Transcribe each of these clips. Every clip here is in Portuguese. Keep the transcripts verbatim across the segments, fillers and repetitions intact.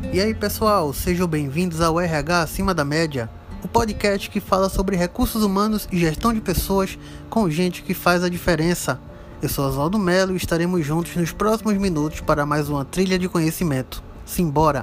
E aí pessoal, sejam bem-vindos ao R H Acima da Média, o podcast que fala sobre recursos humanos e gestão de pessoas com gente que faz a diferença. Eu sou Oswaldo Melo e estaremos juntos nos próximos minutos para mais uma trilha de conhecimento. Simbora!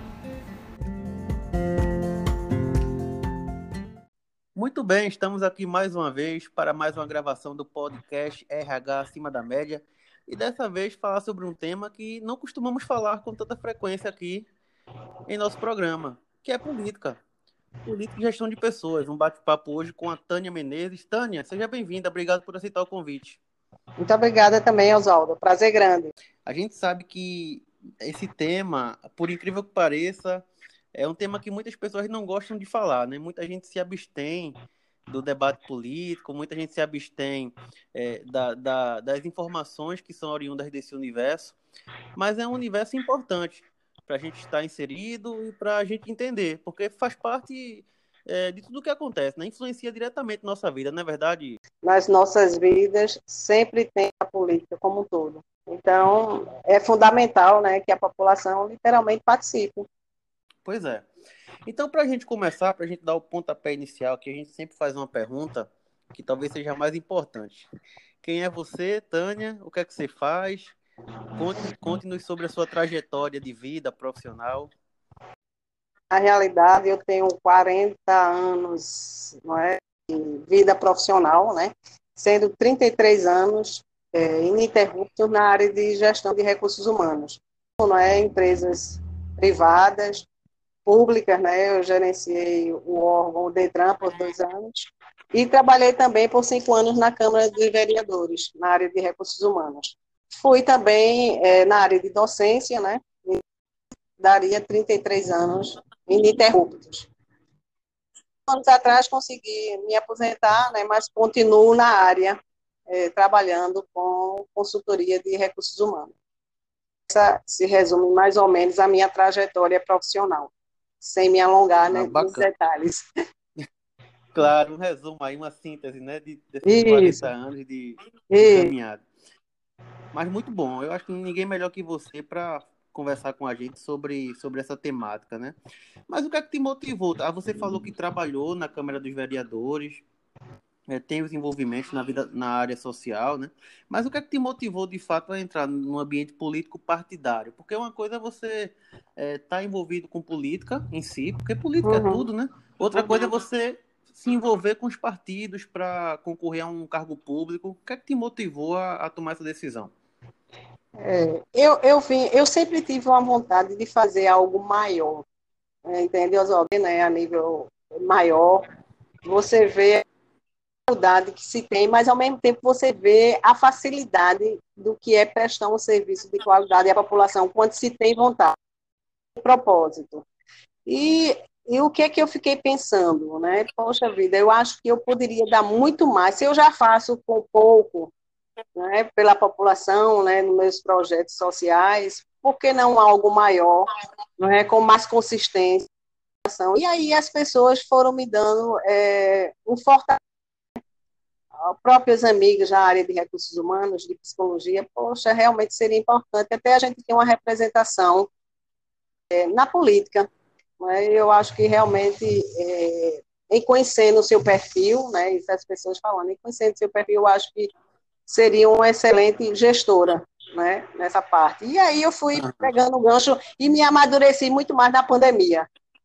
Muito bem, estamos aqui mais uma vez para mais uma gravação do podcast R H Acima da Média e dessa vez falar sobre um tema que não costumamos falar com tanta frequência aqui em nosso programa, que é política. Política e gestão de pessoas. Um bate-papo hoje com a Tânia Menezes. Tânia, seja bem-vinda. Obrigado por aceitar o convite. Muito obrigada também, Oswaldo. Prazer grande. A gente sabe que esse tema, por incrível que pareça, é um tema que muitas pessoas não gostam de falar, né? Muita gente se abstém do debate político, muita gente se abstém é, da, da, das informações que são oriundas desse universo, mas é um universo importante para a gente estar inserido e para a gente entender, porque faz parte é, de tudo o que acontece, né? Influencia diretamente nossa vida, não é verdade? Nas nossas vidas, sempre tem a política como um todo. Então, é fundamental, né, que a população literalmente participe. Pois é. Então, para a gente começar, para a gente dar o pontapé inicial, que a gente sempre faz uma pergunta que talvez seja a mais importante. Quem é você, Tânia? O que é que você faz? Conte, conte-nos sobre a sua trajetória de vida profissional. Na realidade, eu tenho quarenta anos, não é, de vida profissional, né, sendo trinta e três anos é, ininterruptos na área de gestão de recursos humanos. Não é, empresas privadas, públicas, né? Eu gerenciei o órgão o DETRAN por dois anos e trabalhei também por cinco anos na Câmara dos Vereadores, na área de recursos humanos. Fui também é, na área de docência, né? E daria trinta e três anos ininterruptos. Anos atrás consegui me aposentar, né? Mas continuo na área, é, trabalhando com consultoria de recursos humanos. Essa se resume mais ou menos a minha trajetória profissional, sem me alongar, Ah, né, nos bacana. detalhes. Claro, um resumo aí, uma síntese, né, de, desses Isso, quarenta anos de, de isso. caminhada. Mas muito bom. Eu acho que ninguém melhor que você para conversar com a gente sobre, sobre essa temática, né? Mas o que é que te motivou? Ah, você falou que trabalhou na Câmara dos Vereadores, é, tem os envolvimentos na vida, na área social, né? Mas o que é que te motivou de fato a entrar num ambiente político partidário? Porque uma coisa é você estar tá envolvido com política em si, porque política é Uhum, tudo, né? Outra coisa é uhum. você se envolver com os partidos para concorrer a um cargo público. O que é que te motivou a, a tomar essa decisão? É, eu, eu, vim, eu sempre tive uma vontade de fazer algo maior, né, entendeu, Oswaldo? Né, a nível maior, você vê a dificuldade que se tem, mas ao mesmo tempo você vê a facilidade do que é prestar um serviço de qualidade à população quando se tem vontade, propósito. E, e o que é que eu fiquei pensando, né? Poxa vida, eu acho que eu poderia dar muito mais. Se eu já faço com pouco, né, pela população, né, nos meus projetos sociais, por que não algo maior, né, com mais consistência? E aí as pessoas foram me dando é, um fortalecimento. Próprios amigos na área de recursos humanos, de psicologia, poxa, realmente seria importante até a gente ter uma representação é, na política. Né? Eu acho que realmente, é, em conhecendo o seu perfil, né, e as pessoas falando, em conhecendo o seu perfil, eu acho que seria uma excelente gestora, né, nessa parte. E aí eu fui Aham, pegando o gancho e me amadureci muito mais na pandemia.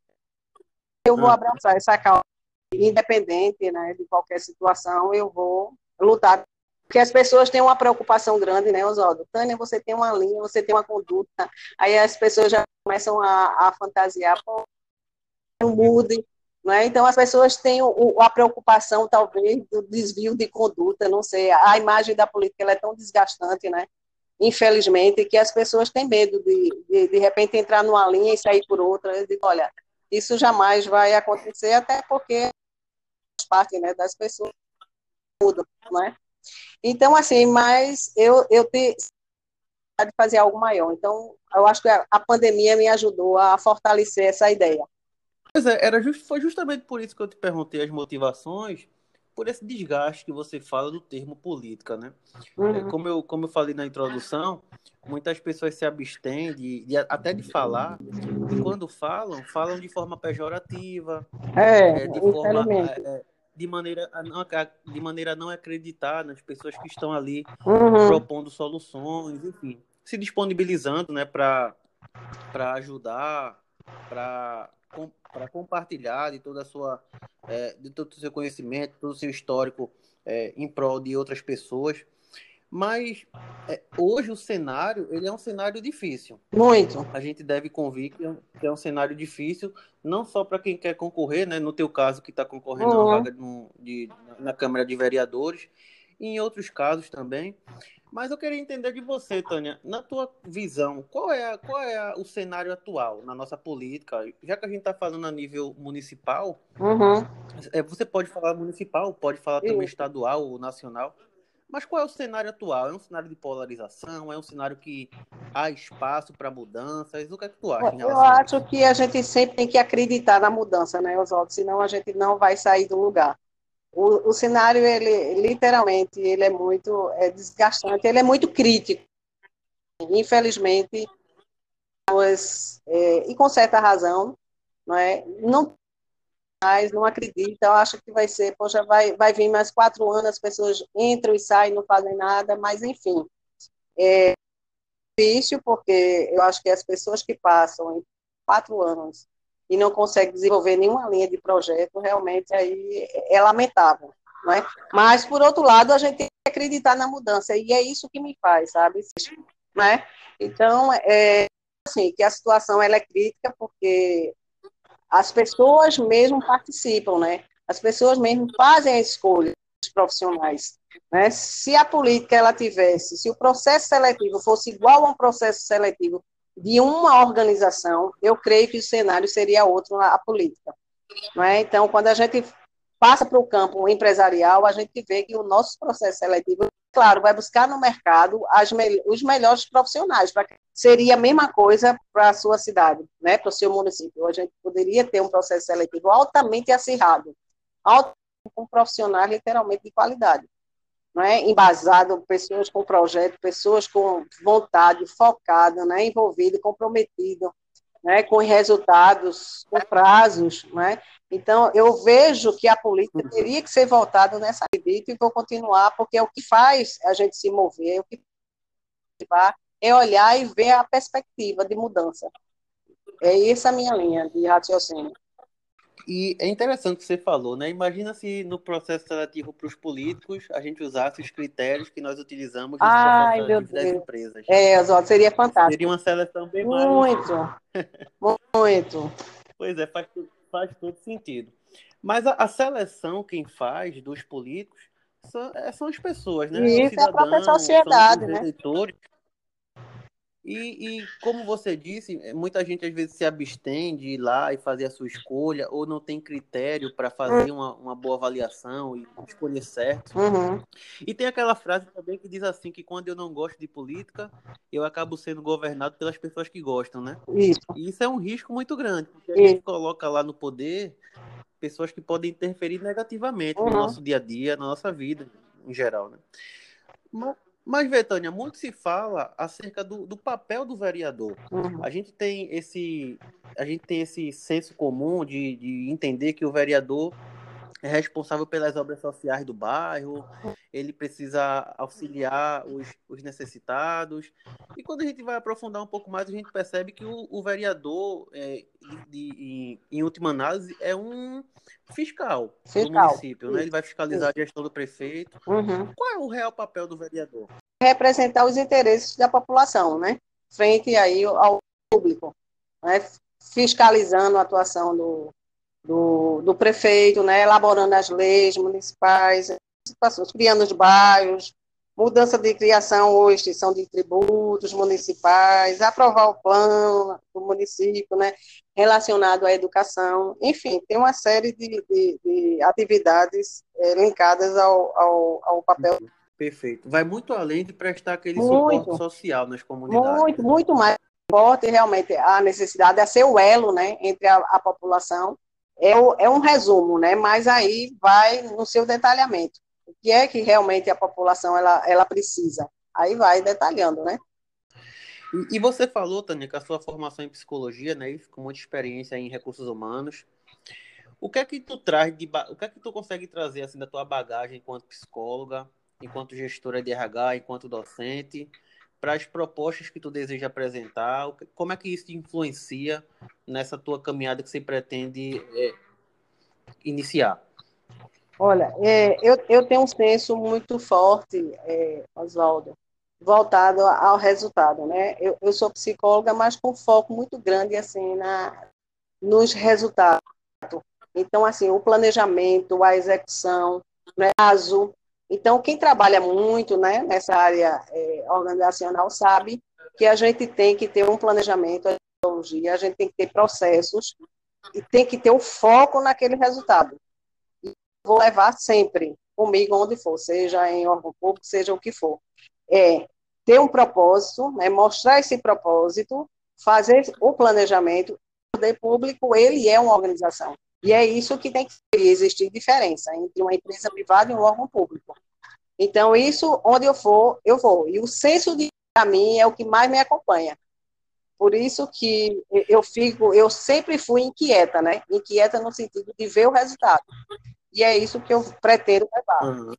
Eu vou aham. abraçar essa causa, independente, né, de qualquer situação, eu vou lutar. Porque as pessoas têm uma preocupação grande, né, Oswaldo? Tânia, você tem uma linha, você tem uma conduta, aí as pessoas já começam a, a fantasiar, pô, não mude, né? Então as pessoas têm o, a preocupação, talvez, do desvio de conduta, não sei, a imagem da política ela é tão desgastante, né? Infelizmente, que as pessoas têm medo de, de, de repente, entrar numa linha e sair por outra. Eu digo, olha, isso jamais vai acontecer, até porque faz parte, né, das pessoas mudam, né? Então, assim, mas eu, eu te de fazer algo maior. Então, eu acho que a, a pandemia me ajudou a fortalecer essa ideia. Pois é, era just, foi justamente por isso que eu te perguntei as motivações, por esse desgaste que você fala do termo política, né? Uhum. É, como, eu, como eu falei na introdução, muitas pessoas se abstêm de, de, até de falar, e quando falam, falam de forma pejorativa, É, é, de forma... infelizmente. É, de maneira, a não, de maneira a não acreditar nas pessoas que estão ali Uhum. propondo soluções, enfim, se disponibilizando, né, para ajudar, para para compartilhar de toda a sua é, de todo o seu conhecimento, todo o seu histórico é, em prol de outras pessoas. Mas é, hoje o cenário ele é um cenário difícil. Muito. A gente deve convir que é um, que é um cenário difícil, não só para quem quer concorrer, né? No teu caso, que está concorrendo a uma Uhum. vaga no, de, na Câmara de Vereadores, e em outros casos também. Mas eu queria entender de você, Tânia, na tua visão, qual é, a, qual é a, o cenário atual na nossa política? Já que a gente está falando a nível municipal, Uhum. é, você pode falar municipal, pode falar também Isso. estadual ou nacional, mas qual é o cenário atual? É um cenário de polarização? É um cenário que há espaço para mudanças? O que é que tu acha em Eu relação a acho isso? que a gente sempre tem que acreditar na mudança, né, Oswaldo? Senão a gente não vai sair do lugar. O, o cenário, ele literalmente, ele é muito é, desgastante, ele é muito crítico. Infelizmente, nós, é, e com certa razão, não é? Não mais, não acredito. Eu acho que vai ser, poxa, vai, vai vir mais quatro anos, as pessoas entram e saem, não fazem nada, mas enfim. É difícil, porque eu acho que as pessoas que passam em quatro anos e não conseguem desenvolver nenhuma linha de projeto, realmente aí é lamentável, não é? Mas, por outro lado, a gente tem que acreditar na mudança, e é isso que me faz, sabe? Não é? Então, é assim, que a situação ela é crítica, porque as pessoas mesmo participam, né? As pessoas mesmo fazem a escolha dos profissionais, né? Se a política ela tivesse, se o processo seletivo fosse igual a um processo seletivo de uma organização, eu creio que o cenário seria outro na política, não é? Então, quando a gente passa para o campo empresarial, a gente vê que o nosso processo seletivo, claro, vai buscar no mercado as me os melhores profissionais. Pra, seria a mesma coisa para a sua cidade, né, para o seu município. A gente poderia ter um processo seletivo altamente acirrado, altamente com profissionais literalmente de qualidade, não é? Embasado, pessoas com projeto, pessoas com vontade, focada, né, envolvido, comprometido, né, com resultados, com prazos, né? Então, eu vejo que a política teria que ser voltada nessa acredito e vou continuar, porque é o que faz a gente se mover, é o que faz é olhar e ver a perspectiva de mudança. É essa a minha linha de raciocínio. E é interessante o que você falou, né? Imagina se no processo seletivo para os políticos a gente usasse os critérios que nós utilizamos nos processos Ai, meu seletivos das Deus. empresas. É, Oswaldo, seria Seria fantástico. uma seleção bem mais. Muito, muito. Pois é, faz, faz todo sentido. Mas a, a seleção, quem faz dos políticos, são, é, são as pessoas, né? É o E isso é a própria cidadão, são os sociedade, né? eleitores. E, e, como você disse, muita gente às vezes se abstém de ir lá e fazer a sua escolha, ou não tem critério para fazer uma, uma boa avaliação e escolher certo. Uhum. E tem aquela frase também que diz assim, que quando eu não gosto de política, eu acabo sendo governado pelas pessoas que gostam, né? Isso, E isso é um risco muito grande, porque a gente isso. coloca lá no poder pessoas que podem interferir negativamente no Uhum. nosso dia a dia, na nossa vida em geral, né? Mas, mas Betânia, muito se fala acerca do, do papel do vereador. Uhum. A gente tem esse, a gente tem esse senso comum de, de entender que o vereador é responsável pelas obras sociais do bairro, ele precisa auxiliar os, os necessitados. E quando a gente vai aprofundar um pouco mais, a gente percebe que o, o vereador, é, de, de, em, em última análise, é um fiscal do Fiscal. município, né? Ele Isso, vai fiscalizar isso. a gestão do prefeito. Uhum. Qual é o real papel do vereador? Representar os interesses da população, né? Frente aí ao público, né? Fiscalizando a atuação do, do, do prefeito, né? Elaborando as leis municipais, situações, criando os bairros, mudança de criação ou extinção de tributos municipais, aprovar o plano do município, né? Relacionado à educação, enfim, tem uma série de, de, de atividades é, linkadas ao, ao, ao papel. Perfeito. Vai muito além de prestar aquele suporte Muito, social nas comunidades, muito, né? muito mais forte, realmente, a necessidade é ser o elo, né, entre a, a população é, o, é um resumo, né? Mas aí vai no seu detalhamento. O que é que realmente a população ela, ela precisa? Aí vai detalhando, né? E, e você falou, Tânia, que a sua formação em psicologia, né, isso, com muita experiência em recursos humanos. O que é que tu traz de, ba- o que é que tu consegue trazer assim da tua bagagem enquanto psicóloga, enquanto gestora de R H, enquanto docente, para as propostas que tu deseja apresentar? O que- Como é que isso te influencia nessa tua caminhada que você pretende é, iniciar? Olha, é, eu, eu tenho um senso muito forte, é, Oswaldo, voltado ao resultado, né? Eu, eu sou psicóloga, mas com foco muito grande, assim, na, nos resultados. Então, assim, o planejamento, a execução, né, caso. Então, quem trabalha muito, né, nessa área é, organizacional sabe que a gente tem que ter um planejamento, a metodologia, a gente tem que ter processos e tem que ter o foco naquele resultado. Vou levar sempre comigo onde for, seja em órgão público, seja o que for. É ter um propósito, né, mostrar esse propósito, fazer o planejamento. O poder público, ele é uma organização. E é isso que tem que existir diferença entre uma empresa privada e um órgão público. Então, isso, onde eu for, eu vou. E o senso de para mim é o que mais me acompanha. Por isso que eu fico, eu sempre fui inquieta, né? Inquieta no sentido de ver o resultado. E é isso que eu pretendo levar. Uhum.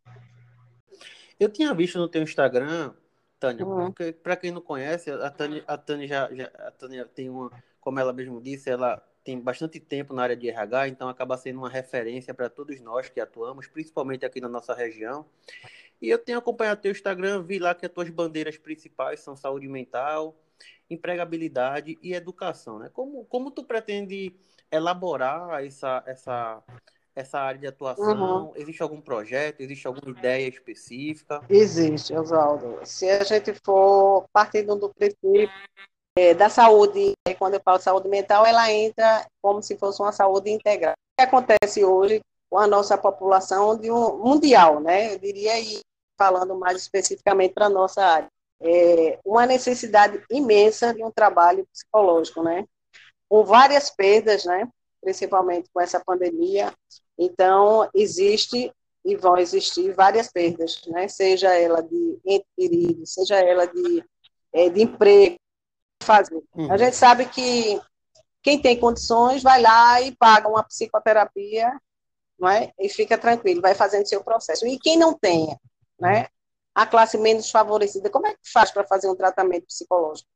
Eu tinha visto no teu Instagram, Tânia, Uhum. porque para quem não conhece, a Tânia, a Tânia já, já a Tânia tem uma, como ela mesmo disse, ela tem bastante tempo na área de R H, então acaba sendo uma referência para todos nós que atuamos, principalmente aqui na nossa região. E eu tenho acompanhado teu Instagram, vi lá que as tuas bandeiras principais são saúde mental, empregabilidade e educação, né? Como, como tu pretende elaborar essa, essa, essa área de Uhum. atuação? Existe algum projeto? Existe alguma ideia específica? Existe, Oswaldo. Se a gente for partindo do princípio é, da saúde, é, quando eu falo saúde mental, ela entra como se fosse uma saúde integral. O que acontece hoje com a nossa população de um, mundial, né? Eu diria, e falando mais especificamente para a nossa área, é uma necessidade imensa de um trabalho psicológico, né? Com várias perdas, né? Principalmente com essa pandemia. Então, existe e vão existir várias perdas, né? Seja ela de ente querido, seja ela de, é, de emprego, fazer. A Uhum. gente sabe que quem tem condições vai lá e paga uma psicoterapia, não é? E fica tranquilo, vai fazendo seu processo. E quem não tem, né? A classe menos favorecida, como é que faz para fazer um tratamento psicológico?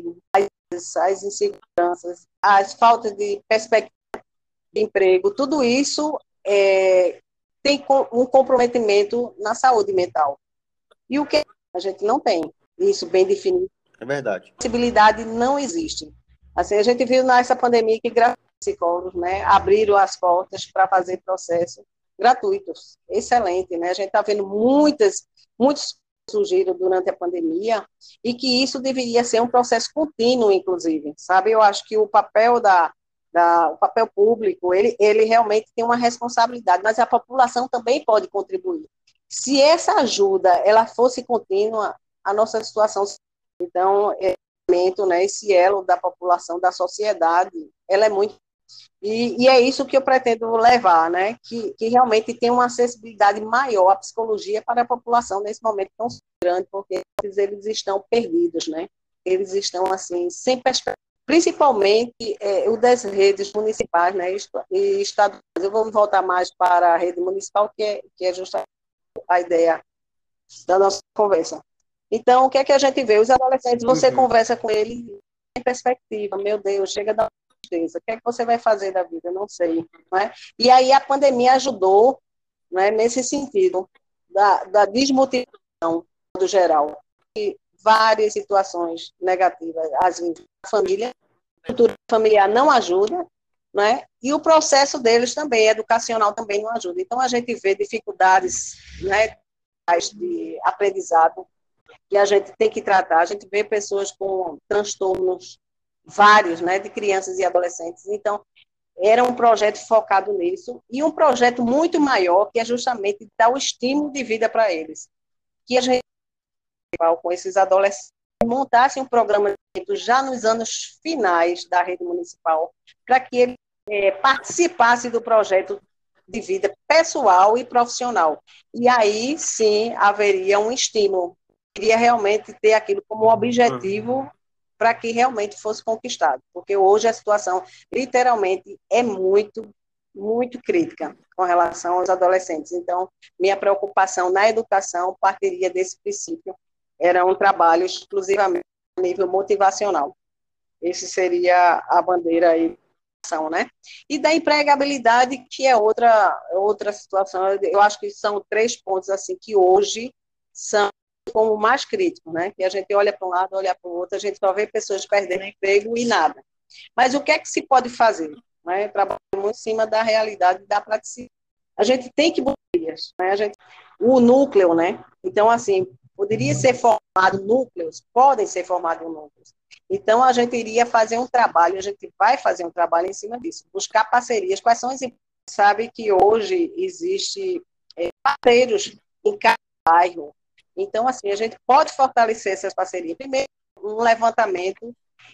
As inseguranças, as faltas de perspectiva de emprego, tudo isso é, tem um comprometimento na saúde mental. E o que a gente não tem isso bem definido, É verdade. a possibilidade não existe. Assim, a gente viu nessa pandemia que graças aos psicólogos, né, abriram as portas para fazer processos gratuitos, excelente, né? A gente está vendo muitas, muitos surgiram durante a pandemia e que isso deveria ser um processo contínuo, inclusive, sabe? Eu acho que o papel da, da o papel público, ele, ele realmente tem uma responsabilidade, mas a população também pode contribuir. Se essa ajuda ela fosse contínua, a nossa situação. Então, é, né, esse elo da população, da sociedade, ela é muito. E, e é isso que eu pretendo levar, né? Que, que realmente tem uma acessibilidade maior à psicologia para a população nesse momento tão grande, porque eles estão perdidos, né? Eles estão, assim, sem perspectiva. Principalmente é, o das redes municipais, né? E estaduais. Eu vou voltar mais para a rede municipal, que é, que é justamente a ideia da nossa conversa. Então, o que é que a gente vê? Os adolescentes, você Uhum. conversa com eles em perspectiva, meu Deus, chega da tristeza, o que é que você vai fazer da vida? Eu não sei. Não é? E aí a pandemia ajudou, não é, nesse sentido, da, da desmotivação do geral. E várias situações negativas, às vezes a família, a cultura familiar não ajuda, não é? E o processo deles também, educacional também não ajuda. Então, a gente vê dificuldades, né, de aprendizado que a gente tem que tratar. A gente vê pessoas com transtornos vários, né, de crianças e adolescentes. Então, era um projeto focado nisso e um projeto muito maior, que é justamente dar o estímulo de vida para eles. Que a gente, com esses adolescentes, montasse um programa já nos anos finais da rede municipal, para que eles é, participasse do projeto de vida pessoal e profissional. E aí, sim, haveria um estímulo. Queria realmente ter aquilo como objetivo para que realmente fosse conquistado. Porque hoje a situação, literalmente, é muito, muito crítica com relação aos adolescentes. Então, minha preocupação na educação partiria desse princípio. Era um trabalho exclusivamente a nível motivacional. Esse seria a bandeira aí, né? E da empregabilidade, que é outra, outra situação. Eu acho que são três pontos assim que hoje são como mais críticos, né? Que a gente olha para um lado, olha para o outro, a gente só vê pessoas perdendo emprego e nada. Mas o que é que se pode fazer? Né? Trabalho muito em cima da realidade da praticidade. A gente tem que buscar, né? A gente, o núcleo, né? Então, assim, poderia ser formado núcleos, podem ser formados núcleos. Então, a gente iria fazer um trabalho, a gente vai fazer um trabalho em cima disso, buscar parcerias. Quais são as empresas? Sabe que hoje existe é, parceiros em cada bairro. Então, assim, a gente pode fortalecer essas parcerias. Primeiro, um levantamento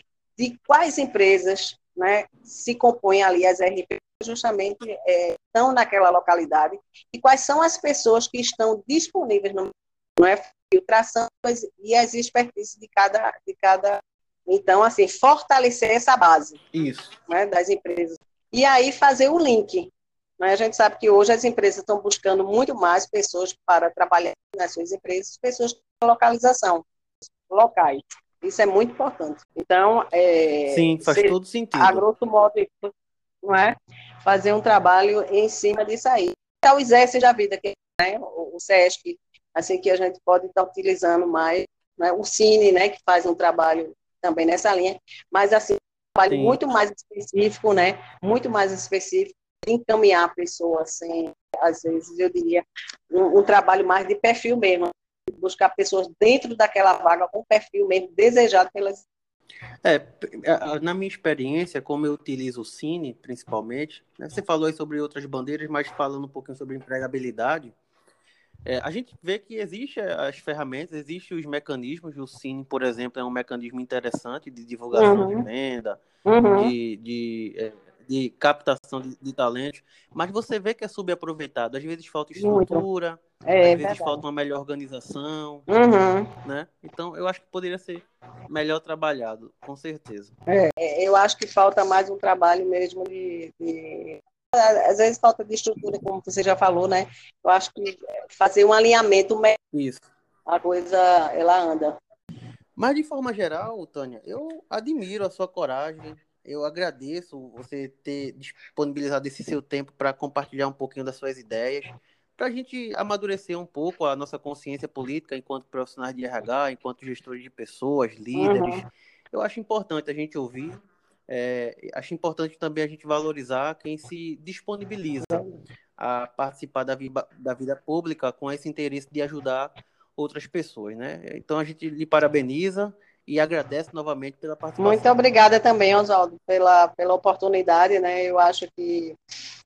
de quais empresas, né, se compõem ali as R P, justamente é, estão naquela localidade, e quais são as pessoas que estão disponíveis no, não é, filtração e as expertises de cada, de cada. Então, assim, fortalecer essa base. Isso. Né, das empresas. E aí fazer o link. Né? A gente sabe que hoje as empresas estão buscando muito mais pessoas para trabalhar nas suas empresas, pessoas com localização, locais. Isso é muito importante. Então, é, Sim, faz todo a sentido. grosso modo, não é? Fazer um trabalho em cima disso aí. Então, o exército da vida, que, né? o SESC, assim que a gente pode estar utilizando mais, né? O Cine, né? Que faz um trabalho também nessa linha, mas assim, um trabalho Sim. muito mais específico, né? Muito mais específico, encaminhar a pessoa, assim, às vezes, eu diria, um, um trabalho mais de perfil mesmo, buscar pessoas dentro daquela vaga com perfil mesmo desejado pelas. É, na minha experiência, como eu utilizo o Cine, principalmente, né, você falou aí sobre outras bandeiras, mas falando um pouquinho sobre empregabilidade, é, a gente vê que existem as ferramentas, existem os mecanismos, o Cine, por exemplo, é um mecanismo interessante de divulgação de Uhum, venda, uhum, de, de, é, de captação de, de talentos, mas você vê que é subaproveitado. Às vezes falta muito. estrutura, às É vezes verdade. falta uma melhor organização, Uhum. né? Então, eu acho que poderia ser melhor trabalhado, com certeza. É, eu acho que falta mais um trabalho mesmo de, de, às vezes falta de estrutura, como você já falou, né? Eu acho que fazer um alinhamento, Isso. a coisa, ela anda. Mas, de forma geral, Tânia, eu admiro a sua coragem, eu agradeço você ter disponibilizado esse seu tempo para compartilhar um pouquinho das suas ideias, para a gente amadurecer um pouco a nossa consciência política enquanto profissionais de R H, enquanto gestores de pessoas, líderes. Uhum. Eu acho importante a gente ouvir, é, acho importante também a gente valorizar quem se disponibiliza a participar da, vida, da vida pública com esse interesse de ajudar outras pessoas, né? Então a gente lhe parabeniza e agradece novamente pela Muito participação. obrigada também, Oswaldo, pela, pela oportunidade, né? Eu acho que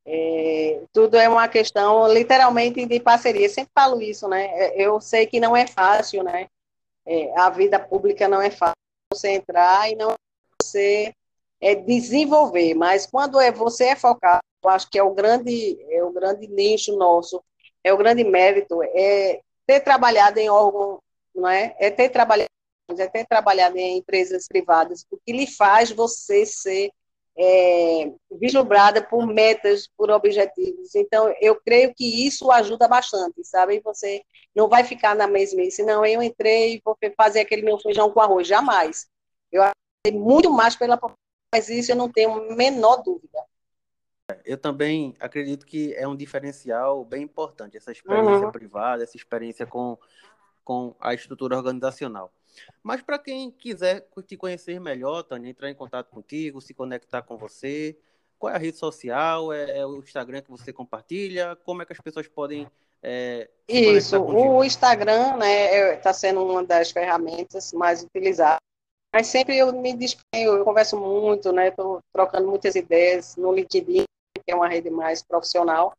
é, tudo é uma questão, literalmente, de parceria. Sempre falo isso, né? Eu sei que não é fácil, né? É, a vida pública não é fácil você entrar e não você é, desenvolver, mas quando é, você é focado, eu acho que é o grande, é o grande nicho nosso, é o grande mérito, é ter trabalhado em órgão, não é? É ter trabalhado, é ter trabalhado em empresas privadas, o que lhe faz você ser é, vislumbrada por metas, por objetivos. Então, eu creio que isso ajuda bastante, sabe? Você não vai ficar na mesmice, não, eu entrei e vou fazer aquele meu feijão com arroz, jamais. Eu achei muito mais pela mas isso eu não tenho a menor dúvida. Eu também acredito que é um diferencial bem importante, essa experiência Uhum. privada, essa experiência com, com a estrutura organizacional. Mas para quem quiser te conhecer melhor, Tânia, entrar em contato contigo, se conectar com você, qual é a rede social? É, é o Instagram que você compartilha? Como é que as pessoas podem é, se Isso, conectar contigo? o Instagram, né, está sendo uma das ferramentas mais utilizadas. Mas sempre eu me disponho, eu converso muito, né, estou trocando muitas ideias no LinkedIn, que é uma rede mais profissional,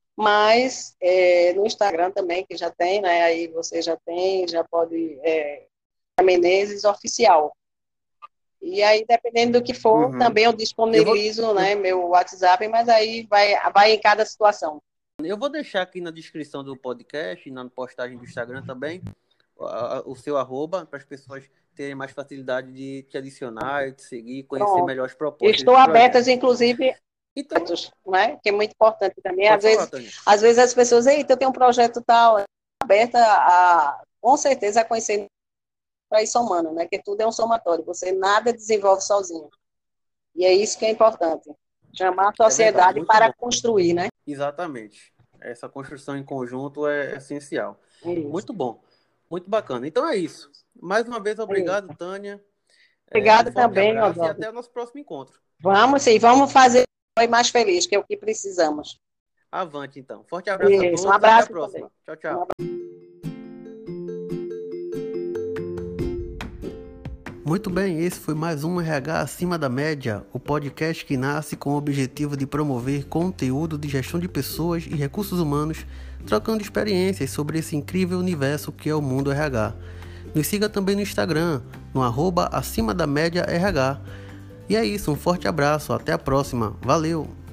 mas é, no Instagram também, que já tem, né, aí você já tem, já pode, é, Menezes Oficial. E aí, dependendo do que for, Uhum. também eu Eu vou, disponibilizo, né, eu, meu WhatsApp, mas aí vai, vai em cada situação. eu vou deixar aqui na descrição do podcast e na postagem do Instagram também a- a- o seu arroba para as pessoas terem mais facilidade de te adicionar, te seguir, conhecer Pronto. melhor as propostas Estou dos aberta, projetos. inclusive, Então, né, que é muito importante também. Às pode falar, vezes, Tânia. às vezes as pessoas, eita, eu tenho um projeto tal, aberta a, com certeza, a conhecer para ir somando, né, que tudo é um somatório, você nada desenvolve sozinho. E é isso que é importante. Chamar a É verdade, sociedade muito para bom. construir, né? Exatamente. Essa construção em conjunto é essencial. Isso. Muito bom. Muito bacana. Então é isso. Mais uma vez, É obrigado, isso. Tânia. É, um Obrigada forte também, abraço e Oswaldo. até o nosso próximo encontro. Vamos sim, vamos fazer o mais feliz, que é o que precisamos. Avante, então. Forte abraço a Isso. Um todos. Até a abraço também. próxima. Tchau, Um tchau. abraço. Muito bem, esse foi mais um R H Acima da Média, o podcast que nasce com o objetivo de promover conteúdo de gestão de pessoas e recursos humanos, trocando experiências sobre esse incrível universo que é o mundo R H. Nos siga também no Instagram, no arroba acima da média R H. E é isso, um forte abraço, até a próxima, valeu!